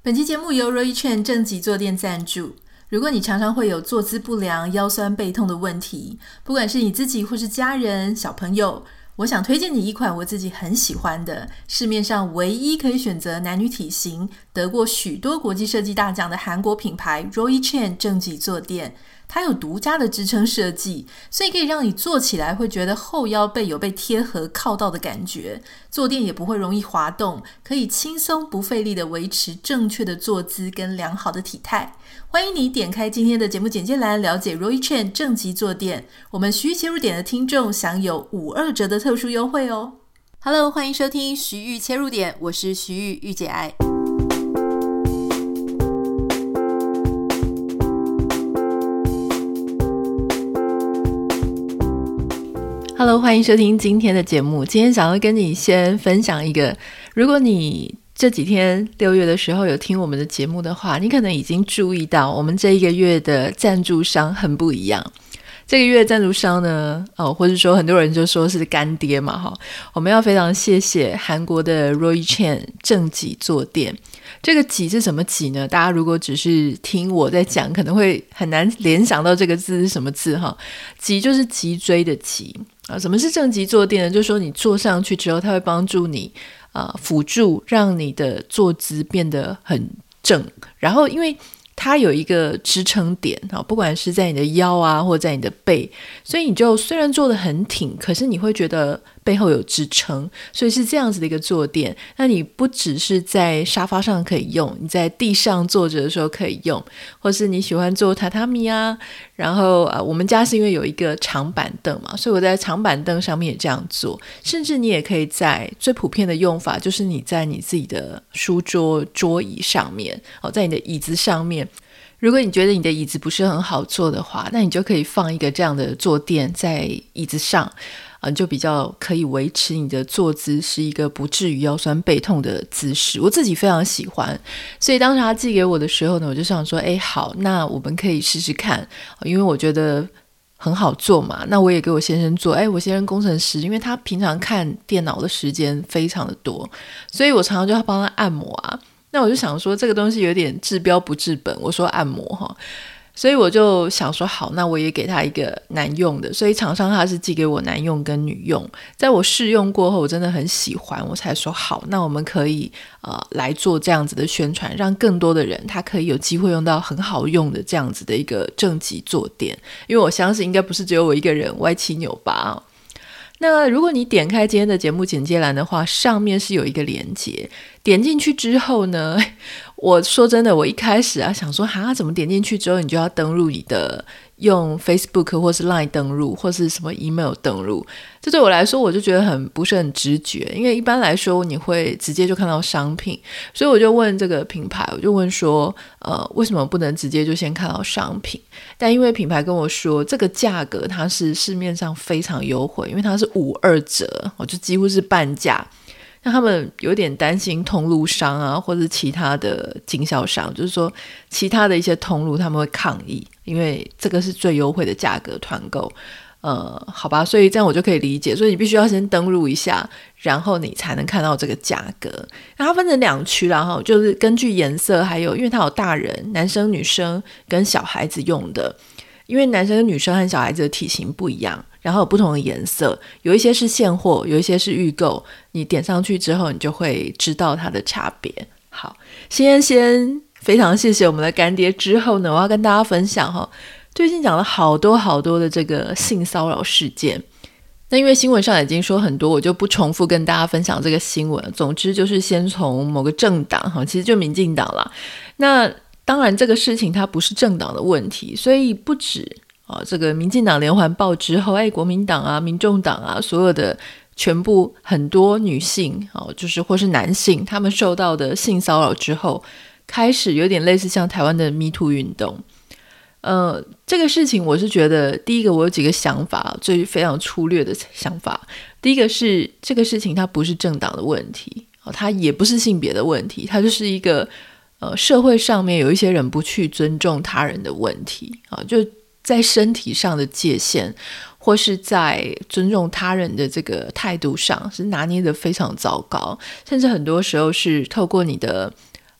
本期节目由 Roy Chen 正脊坐垫赞助。如果你常常会有坐姿不良、腰酸背痛的问题，不管是你自己或是家人、小朋友，我想推荐你一款我自己很喜欢的，市面上唯一可以选择男女体型、得过许多国际设计大奖的韩国品牌 Roy Chen 正脊坐垫。它有独家的支撑设计，所以可以让你坐起来会觉得后腰背有被贴合靠到的感觉，坐垫也不会容易滑动，可以轻松不费力的维持正确的坐姿跟良好的体态。欢迎你点开今天的节目简介栏了解 Roy Chen 正脊坐垫，我们徐玉切入点的听众享有52折的特殊优惠哦。Hello， 欢迎收听徐玉切入点，我是徐玉玉姐爱。Hello， 欢迎收听今天的节目。今天想要跟你先分享一个，如果你这几天6月的时候有听我们的节目的话，你可能已经注意到我们这一个月的赞助商很不一样。这个月的赞助商呢，或者说很多人就说是干爹嘛，我们要非常谢谢韩国的 Roy Chen 正脊坐垫。这个脊是什么脊呢？大家如果只是听我在讲，可能会很难联想到这个字是什么字哈。脊就是脊椎的脊。什么是正脊坐垫呢？就是说你坐上去之后，它会帮助你辅助让你的坐姿变得很正，然后因为它有一个支撑点，不管是在你的腰啊或在你的背，所以你就虽然坐得很挺，可是你会觉得背后有支撑，所以是这样子的一个坐垫。那你不只是在沙发上可以用，你在地上坐着的时候可以用，或是你喜欢坐榻榻米啊，然后我们家是因为有一个长板凳嘛，所以我在长板凳上面也这样坐，甚至你也可以在最普遍的用法就是你在你自己的书桌桌椅上面，在你的椅子上面，如果你觉得你的椅子不是很好坐的话，那你就可以放一个这样的坐垫在椅子上，你就比较可以维持你的坐姿是一个不至于腰酸背痛的姿势。我自己非常喜欢，所以当时他寄给我的时候呢，我就想说好，那我们可以试试看，因为我觉得很好做嘛。那我也给我先生做，我先生工程师，因为他平常看电脑的时间非常的多，所以我常常就要帮他按摩啊。那我就想说这个东西有点治标不治本，我说按摩所以我就想说好，那我也给他一个男用的，所以厂商他是寄给我男用跟女用，在我试用过后我真的很喜欢，我才说好，那我们可以来做这样子的宣传，让更多的人他可以有机会用到很好用的这样子的一个正脊坐垫，因为我相信应该不是只有我一个人歪七扭八那如果你点开今天的节目简介栏的话，上面是有一个连结，点进去之后呢，我说真的，我一开始想说怎么点进去之后你就要登录你的用 Facebook 或是 Line 登录或是什么 email 登录，这对我来说我就觉得不是很直觉，因为一般来说你会直接就看到商品，所以我就问这个品牌，我就问说为什么不能直接就先看到商品，但因为品牌跟我说这个价格它是市面上非常优惠，因为它是52折，就几乎是半价，那他们有点担心通路商啊或者其他的经销商，就是说其他的一些通路他们会抗议，因为这个是最优惠的价格团购好吧，所以这样我就可以理解，所以你必须要先登录一下，然后你才能看到这个价格。那它分成2区啦，就是根据颜色，还有因为它有大人、男生、女生跟小孩子用的，因为男生跟女生和小孩子的体型不一样，然后有不同的颜色，有一些是现货，有一些是预购，你点上去之后你就会知道它的差别。好，先非常谢谢我们的干爹，之后呢我要跟大家分享最近讲了好多的这个性骚扰事件，那因为新闻上已经说很多，我就不重复跟大家分享这个新闻，总之就是先从某个政党其实就民进党啦，那当然这个事情它不是政党的问题，所以不止这个民进党连环爆之后，国民党啊、民众党啊，所有的全部很多女性就是或是男性，他们受到的性骚扰之后，开始有点类似像台湾的 Me Too 运动。这个事情我是觉得，第一个我有几个想法，最非常粗略的想法。第一个是这个事情它不是政党的问题，它也不是性别的问题，它就是一个社会上面有一些人不去尊重他人的问题就在身体上的界限，或是在尊重他人的这个态度上是拿捏的非常糟糕，甚至很多时候是透过你的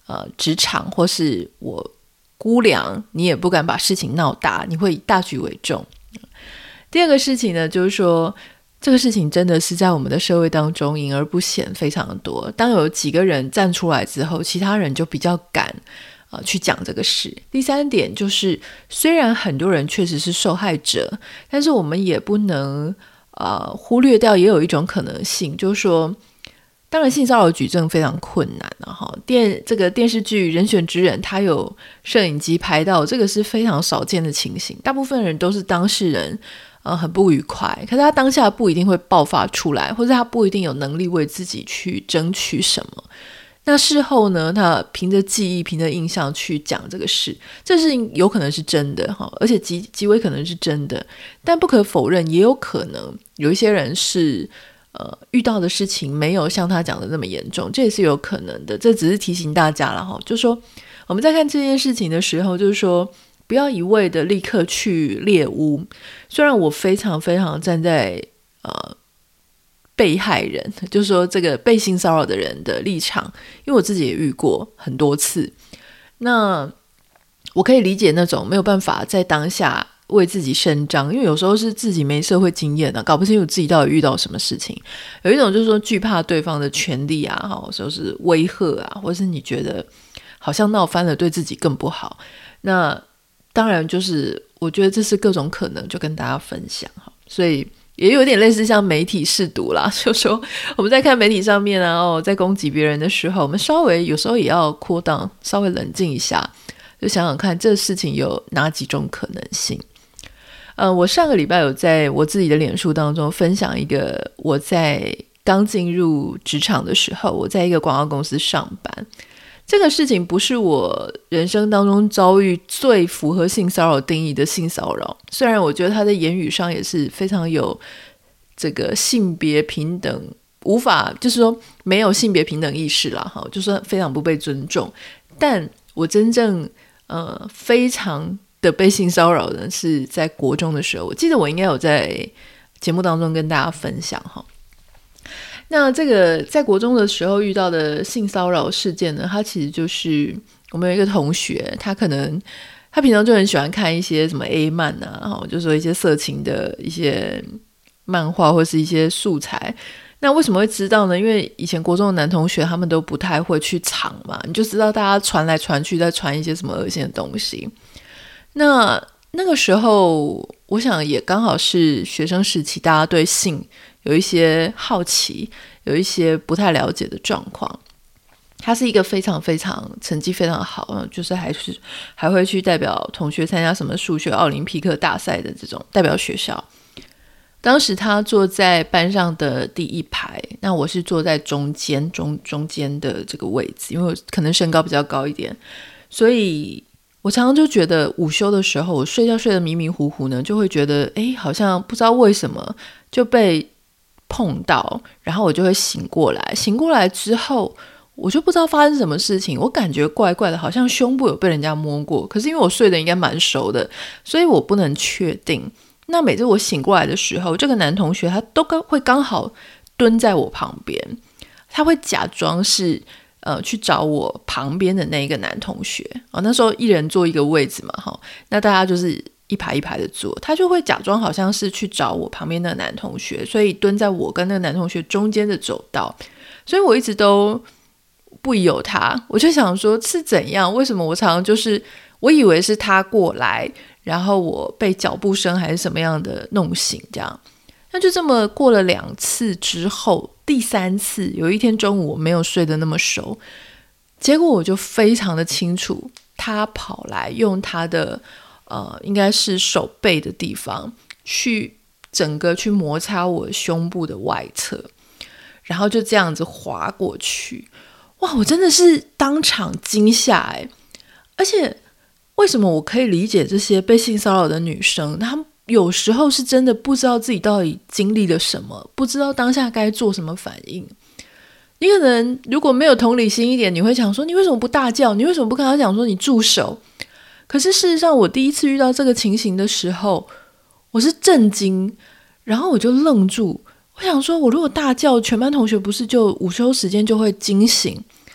职场或是我估量，你也不敢把事情闹大，你会以大局为重。第二个事情呢，就是说这个事情真的是在我们的社会当中隐而不显非常多，当有几个人站出来之后，其他人就比较敢去讲这个事。第三点就是，虽然很多人确实是受害者，但是我们也不能忽略掉也有一种可能性，就是说当然性骚扰举证非常困难这个电视剧《人选之人》它有摄影机拍到，这个是非常少见的情形，大部分人都是当事人很不愉快，可是他当下不一定会爆发出来，或者他不一定有能力为自己去争取什么。那事后呢，他凭着记忆凭着印象去讲这个事，这事情有可能是真的而且极为可能是真的，但不可否认也有可能有一些人是遇到的事情没有像他讲的那么严重，这也是有可能的。这只是提醒大家了就是说我们在看这件事情的时候，就是说不要一味的立刻去猎污。虽然我非常非常站在被害人，就是说这个被性骚扰的人的立场，因为我自己也遇过很多次，那我可以理解那种没有办法在当下为自己伸张，因为有时候是自己没社会经验搞不清楚自己到底遇到什么事情。有一种就是说惧怕对方的权利就是威吓或是你觉得好像闹翻了对自己更不好。那当然就是我觉得这是各种可能，就跟大家分享所以也有点类似像媒体识读啦，就说我们在看媒体上面在攻击别人的时候，我们稍微有时候也要cool down，稍微冷静一下，就想想看这事情有哪几种可能性。我上个礼拜有在我自己的脸书当中分享一个我在刚进入职场的时候，我在一个广告公司上班，这个事情不是我人生当中遭遇最符合性骚扰定义的性骚扰，虽然我觉得他在言语上也是非常有这个性别平等，无法就是说没有性别平等意识啦就是非常不被尊重，但我真正非常的被性骚扰的是在国中的时候，我记得我应该有在节目当中跟大家分享那这个在国中的时候遇到的性骚扰事件呢，它其实就是我们有一个同学，他平常就很喜欢看一些什么 A 漫就是说一些色情的一些漫画或是一些素材。那为什么会知道呢？因为以前国中的男同学他们都不太会去藏嘛，你就知道大家传来传去在传一些什么恶心的东西。那个时候我想也刚好是学生时期，大家对性有一些好奇，有一些不太了解的状况。他是一个非常非常成绩非常好，就是还会去代表同学参加什么数学奥林匹克大赛的这种代表学校。当时他坐在班上的第一排，那我是坐在中间的这个位置，因为我可能身高比较高一点，所以我常常就觉得午休的时候我睡觉睡得迷迷糊糊呢，就会觉得好像不知道为什么就被碰到，然后我就会醒过来之后我就不知道发生什么事情，我感觉怪怪的，好像胸部有被人家摸过，可是因为我睡得应该蛮熟的，所以我不能确定。那每次我醒过来的时候，这个男同学他都会刚好蹲在我旁边，他会假装是去找我旁边的那一个男同学那时候一人坐一个位置嘛那大家就是一排一排的坐，他就会假装好像是去找我旁边的男同学，所以蹲在我跟那个男同学中间的走道，所以我一直都不疑有他。我就想说是怎样，为什么我常常就是我以为是他过来，然后我被脚步声还是什么样的弄醒这样。那就这么过了2次之后，第3次有一天中午我没有睡得那么熟，结果我就非常的清楚，他跑来用他的应该是手背的地方去整个去摩擦我胸部的外侧，然后就这样子滑过去。哇，我真的是当场惊吓而且为什么我可以理解这些被性骚扰的女生，她们有时候是真的不知道自己到底经历了什么，不知道当下该做什么反应。你可能如果没有同理心一点，你会想说你为什么不大叫，你为什么不跟他讲说你住手。可是事实上我第一次遇到这个情形的时候，我是震惊，然后我就愣住，我想说我如果大叫，全班同学不是就午休时间就会惊醒，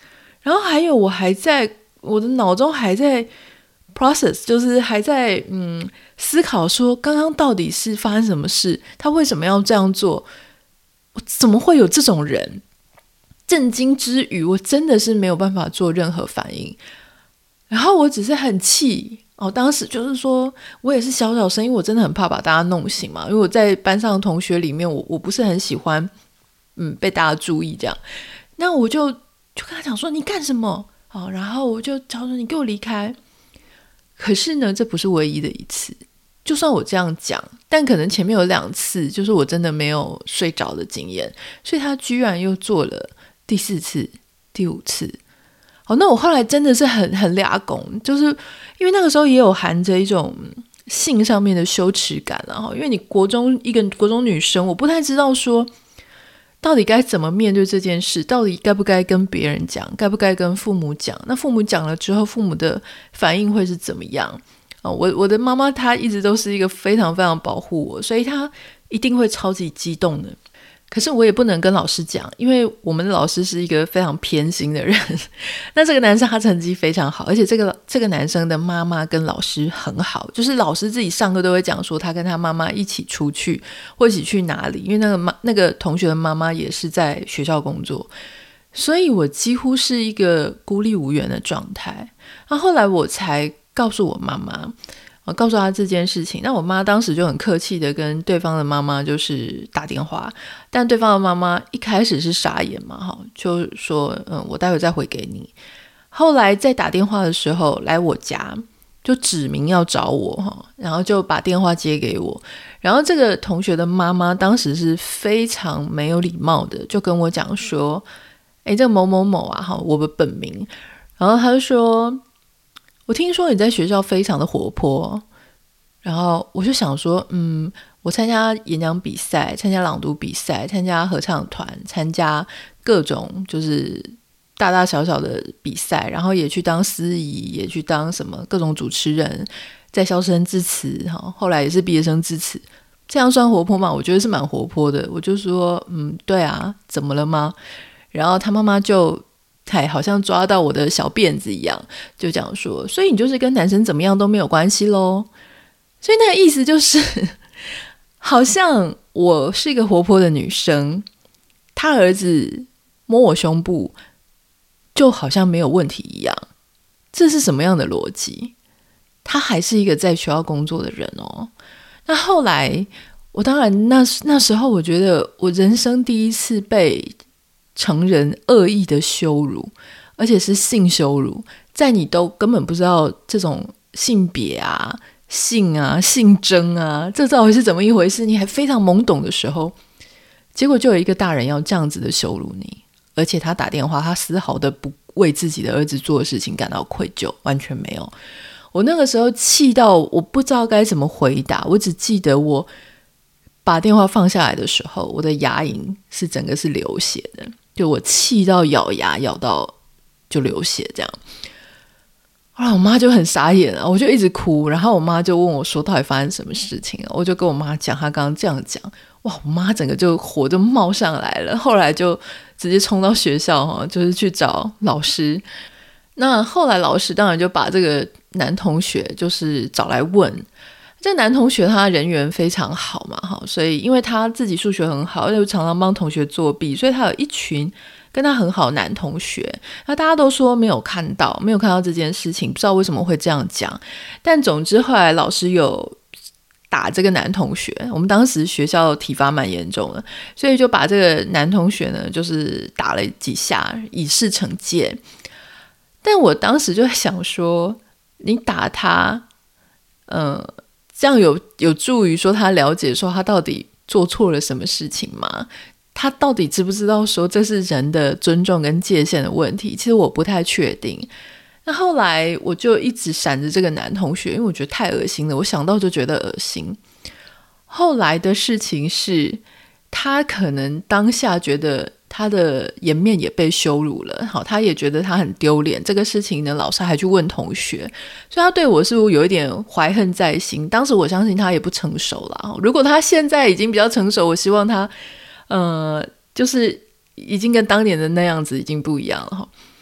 然后还有我的脑中还在 process， 就是还在思考说刚刚到底是发生什么事，他为什么要这样做，怎么会有这种人？震惊之余，我真的是没有办法做任何反应，然后我只是很气当时就是说我也是小小声音，我真的很怕把大家弄醒嘛，因为我在班上的同学里面，我不是很喜欢被大家注意这样，那我就跟他讲说你干什么然后我就叫说你给我离开。可是呢，这不是唯一的一次，就算我这样讲，但可能前面有2次就是我真的没有睡着的经验，所以他居然又做了第4次第5次。那我后来真的是很俩拱，就是因为那个时候也有含着一种性上面的羞耻感了，因为你一个国中女生，我不太知道说到底该怎么面对这件事，到底该不该跟别人讲，该不该跟父母讲，那父母讲了之后父母的反应会是怎么样我的妈妈她一直都是一个非常非常保护我，所以她一定会超级激动的。可是我也不能跟老师讲，因为我们的老师是一个非常偏心的人那这个男生他成绩非常好，而且这个男生的妈妈跟老师很好，就是老师自己上课都会讲说他跟他妈妈一起出去或一起去哪里，因为那个同学的妈妈也是在学校工作，所以我几乎是一个孤立无援的状态。后来我才告诉我妈妈，我告诉她这件事情，那我妈当时就很客气的跟对方的妈妈就是打电话，但对方的妈妈一开始是傻眼嘛，就说我待会再回给你。后来在打电话的时候来我家，就指明要找我，然后就把电话接给我，然后这个同学的妈妈当时是非常没有礼貌的，就跟我讲说这个某某某我的本名，然后他就说我听说你在学校非常的活泼，然后我就想说我参加演讲比赛，参加朗读比赛，参加合唱团，参加各种就是大大小小的比赛，然后也去当司仪，也去当什么各种主持人，在校生致辞后来也是毕业生致辞，这样算活泼吗？我觉得是蛮活泼的。我就说对啊，怎么了吗？然后他妈妈就好像抓到我的小辫子一样，就讲说所以你就是跟男生怎么样都没有关系咯。所以那个意思就是好像我是一个活泼的女生，他儿子摸我胸部就好像没有问题一样，这是什么样的逻辑？他还是一个在学校工作的人那后来我当然那时候我觉得我人生第一次被成人恶意的羞辱，而且是性羞辱，在你都根本不知道这种性别性性征这到底是怎么一回事，你还非常懵懂的时候，结果就有一个大人要这样子的羞辱你，而且他打电话，他丝毫的不为自己的儿子做的事情感到愧疚，完全没有。我那个时候气到我不知道该怎么回答，我只记得我把电话放下来的时候，我的牙龈是整个是流血的，就我气到咬牙咬到就流血这样。后来我妈就很傻眼我就一直哭，然后我妈就问我说到底发生什么事情我就跟我妈讲她刚刚这样讲，哇，我妈整个就火就冒上来了，后来就直接冲到学校就是去找老师。那后来老师当然就把这个男同学就是找来问，这个男同学他人缘非常好嘛所以因为他自己数学很好，又常常帮同学作弊，所以他有一群跟他很好的男同学，那大家都说没有看到这件事情，不知道为什么会这样讲。但总之后来老师有打这个男同学，我们当时学校体罚蛮严重的，所以就把这个男同学呢就是打了几下以示惩戒。但我当时就在想说，你打他这样有助于说他了解说他到底做错了什么事情吗？他到底知不知道说这是人的尊重跟界限的问题？其实我不太确定。那后来我就一直闪着这个男同学，因为我觉得太恶心了，我想到就觉得恶心。后来的事情是他可能当下觉得他的颜面也被羞辱了，他也觉得他很丢脸，这个事情呢老师还去问同学，所以他对我是不是有一点怀恨在心。当时我相信他也不成熟啦，如果他现在已经比较成熟，我希望他就是已经跟当年的那样子已经不一样了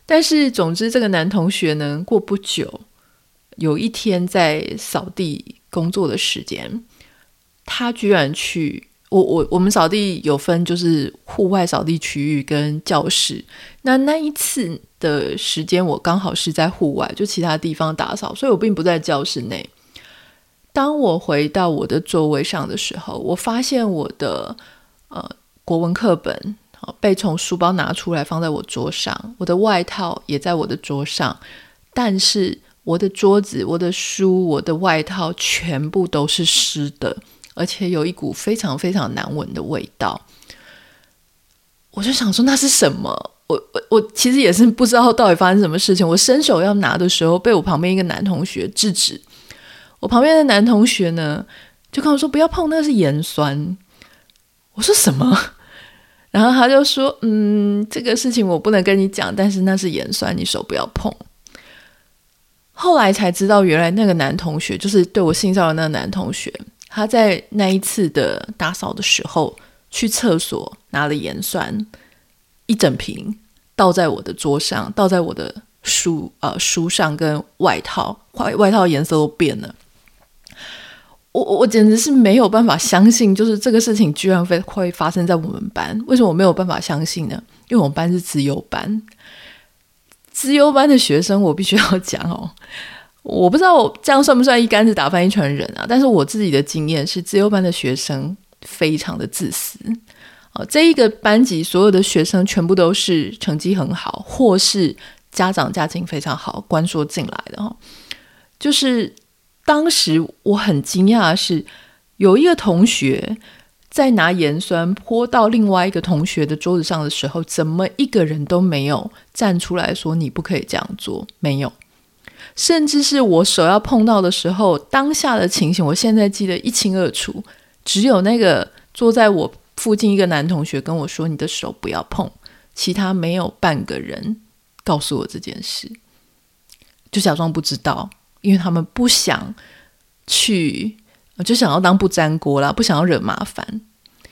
但是总之这个男同学呢，过不久有一天在扫地工作的时间，他居然去我们扫地有分就是户外扫地区域跟教室，那一次的时间我刚好是在户外，就其他地方打扫，所以我并不在教室内。当我回到我的座位上的时候，我发现我的国文课本被从书包拿出来放在我桌上，我的外套也在我的桌上，但是我的桌子、我的书、我的外套全部都是湿的，而且有一股非常非常难闻的味道。我就想说那是什么？我其实也是不知道到底发生什么事情。我伸手要拿的时候，被我旁边一个男同学制止。我旁边的男同学呢，就跟我说不要碰，那是盐酸。我说什么？然后他就说这个事情我不能跟你讲，但是那是盐酸，你手不要碰。后来才知道，原来那个男同学就是对我性骚扰的那个男同学，他在那一次的打扫的时候去厕所拿了盐酸一整瓶，倒在我的桌上，倒在我的书上跟外套颜色都变了。我简直是没有办法相信，就是这个事情居然会发生在我们班。为什么我没有办法相信呢？因为我们班是资优班，资优班的学生我必须要讲我不知道我这样算不算一竿子打翻一船人啊？但是我自己的经验是，资优班的学生非常的自私。这一个班级所有的学生全部都是成绩很好，或是家长家境非常好，关说进来的就是当时我很惊讶的是，有一个同学在拿盐酸泼到另外一个同学的桌子上的时候，怎么一个人都没有站出来说你不可以这样做，没有。甚至是我手要碰到的时候，当下的情形我现在记得一清二楚，只有那个坐在我附近一个男同学跟我说你的手不要碰，其他没有半个人告诉我这件事，就假装不知道，因为他们不想去，就想要当不沾锅啦，不想要惹麻烦。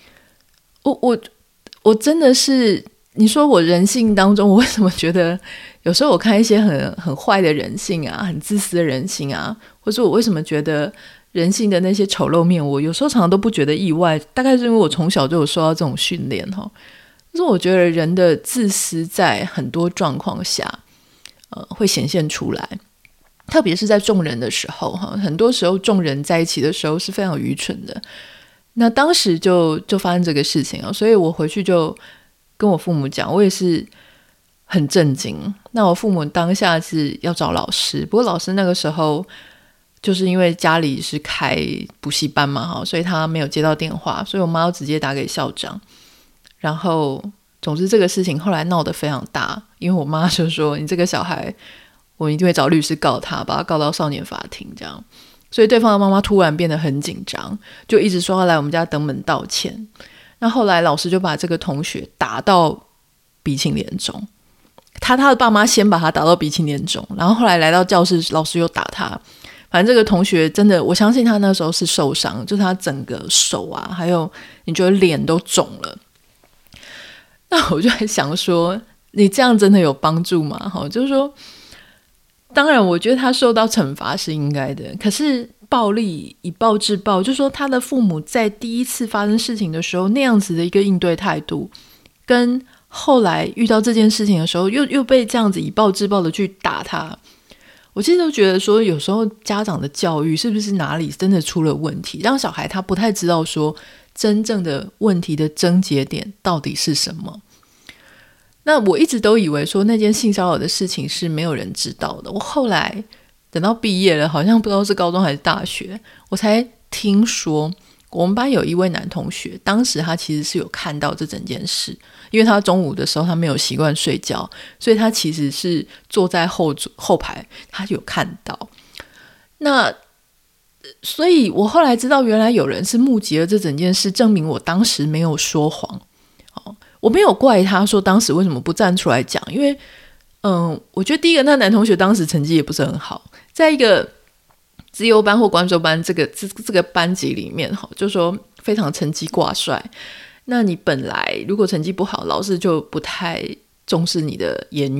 我真的是，你说我人性当中，我为什么觉得有时候我看一些很坏的人性啊，很自私的人性啊，或者我为什么觉得人性的那些丑陋面，我有时候常常都不觉得意外，大概是因为我从小就有受到这种训练就是我觉得人的自私在很多状况下会显现出来，特别是在众人的时候很多时候众人在一起的时候是非常愚蠢的。那当时就发生这个事情所以我回去就跟我父母讲，我也是很震惊。那我父母当下是要找老师，不过老师那个时候就是因为家里是开补习班嘛所以他没有接到电话，所以我妈要直接打给校长。然后总之这个事情后来闹得非常大，因为我妈就说你这个小孩我一定会找律师告他，把他告到少年法庭这样。所以对方的妈妈突然变得很紧张，就一直说要来我们家登门道歉。那后来老师就把这个同学打到鼻青脸肿，他的爸妈先把他打到鼻青脸肿，然后后来来到教室，老师又打他。反正这个同学真的，我相信他那时候是受伤，就是他整个手啊，还有你觉得脸都肿了。那我就在想说，你这样真的有帮助吗？就是说当然我觉得他受到惩罚是应该的，可是暴力以暴制暴，就是说他的父母在第一次发生事情的时候那样子的一个应对态度，跟后来遇到这件事情的时候又被这样子以暴制暴的去打他，我其实都觉得说有时候家长的教育是不是哪里真的出了问题，让小孩他不太知道说真正的问题的症结点到底是什么。那我一直都以为说那件性骚扰的事情是没有人知道的，我后来等到毕业了，好像不知道是高中还是大学，我才听说我们班有一位男同学，当时他其实是有看到这整件事，因为他中午的时候他没有习惯睡觉，所以他其实是坐在后排，他有看到。那所以我后来知道原来有人是目击了这整件事，证明我当时没有说谎。我没有怪他说当时为什么不站出来讲，因为我觉得第一个那男同学当时成绩也不是很好，在一个资优班或关注班这个班级里面就说非常成绩挂帅，那你本来如果成绩不好，老师就不太重视你的言语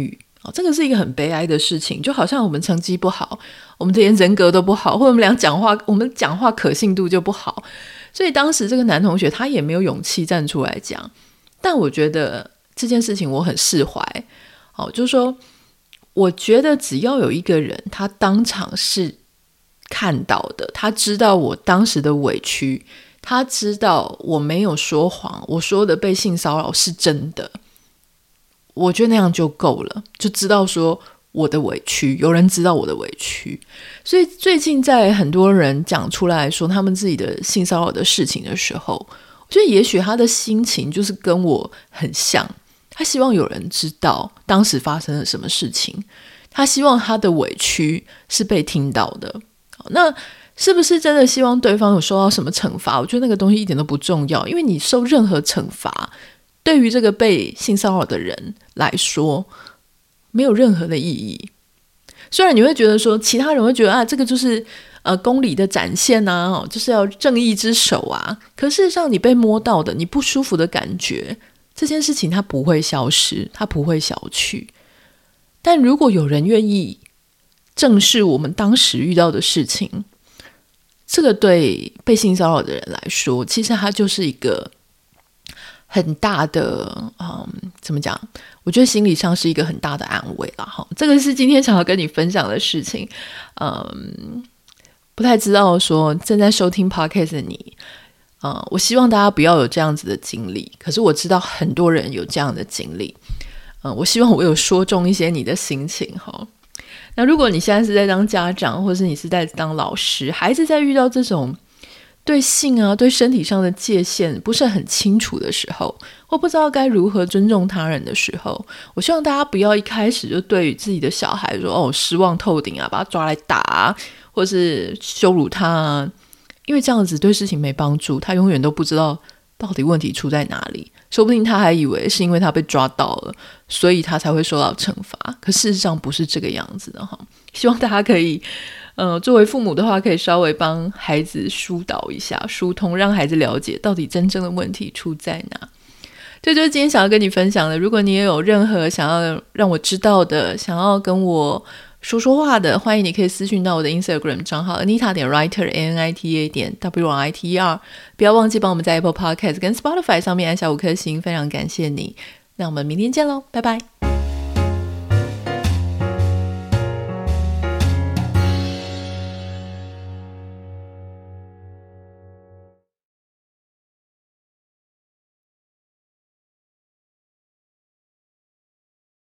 这个是一个很悲哀的事情，就好像我们成绩不好，我们连人格都不好，或者我们讲话可信度就不好，所以当时这个男同学他也没有勇气站出来讲。但我觉得这件事情我很释怀，就是说我觉得只要有一个人他当场是看到的，他知道我当时的委屈，他知道我没有说谎，我说的被性骚扰是真的，我觉得那样就够了，就知道说我的委屈，有人知道我的委屈。所以最近在很多人讲出来说他们自己的性骚扰的事情的时候，我觉得也许他的心情就是跟我很像，他希望有人知道当时发生了什么事情，他希望他的委屈是被听到的。那是不是真的希望对方有受到什么惩罚？我觉得那个东西一点都不重要，因为你受任何惩罚对于这个被性骚扰的人来说没有任何的意义。虽然你会觉得说其他人会觉得这个就是公理的展现啊，就是要正义之手啊，可事实上你被摸到的你不舒服的感觉，这件事情它不会消失，它不会消去。但如果有人愿意正视我们当时遇到的事情，这个对被性骚扰的人来说，其实它就是一个很大的怎么讲，我觉得心理上是一个很大的安慰啦。这个是今天想要跟你分享的事情。不太知道说正在收听 podcast 的你，我希望大家不要有这样子的经历，可是我知道很多人有这样的经历。我希望我有说中一些你的心情。那如果你现在是在当家长，或是你是在当老师，孩子在遇到这种对性啊对身体上的界限不是很清楚的时候，或不知道该如何尊重他人的时候，我希望大家不要一开始就对于自己的小孩说失望透顶啊，把他抓来打啊，或是羞辱他啊，因为这样子对事情没帮助，他永远都不知道到底问题出在哪里，说不定他还以为是因为他被抓到了，所以他才会受到惩罚，可事实上不是这个样子的哈。希望大家可以作为父母的话，可以稍微帮孩子疏导一下，疏通，让孩子了解到底真正的问题出在哪。这就是今天想要跟你分享的。如果你也有任何想要让我知道的，想要跟我说说话的，欢迎你可以私讯到我的 Instagram 账号 Anita.Writer ANITA.WRITER， 不要忘记帮我们在 Apple Podcast 跟 Spotify 上面按下5颗星，非常感谢你。那我们明天见咯，拜拜。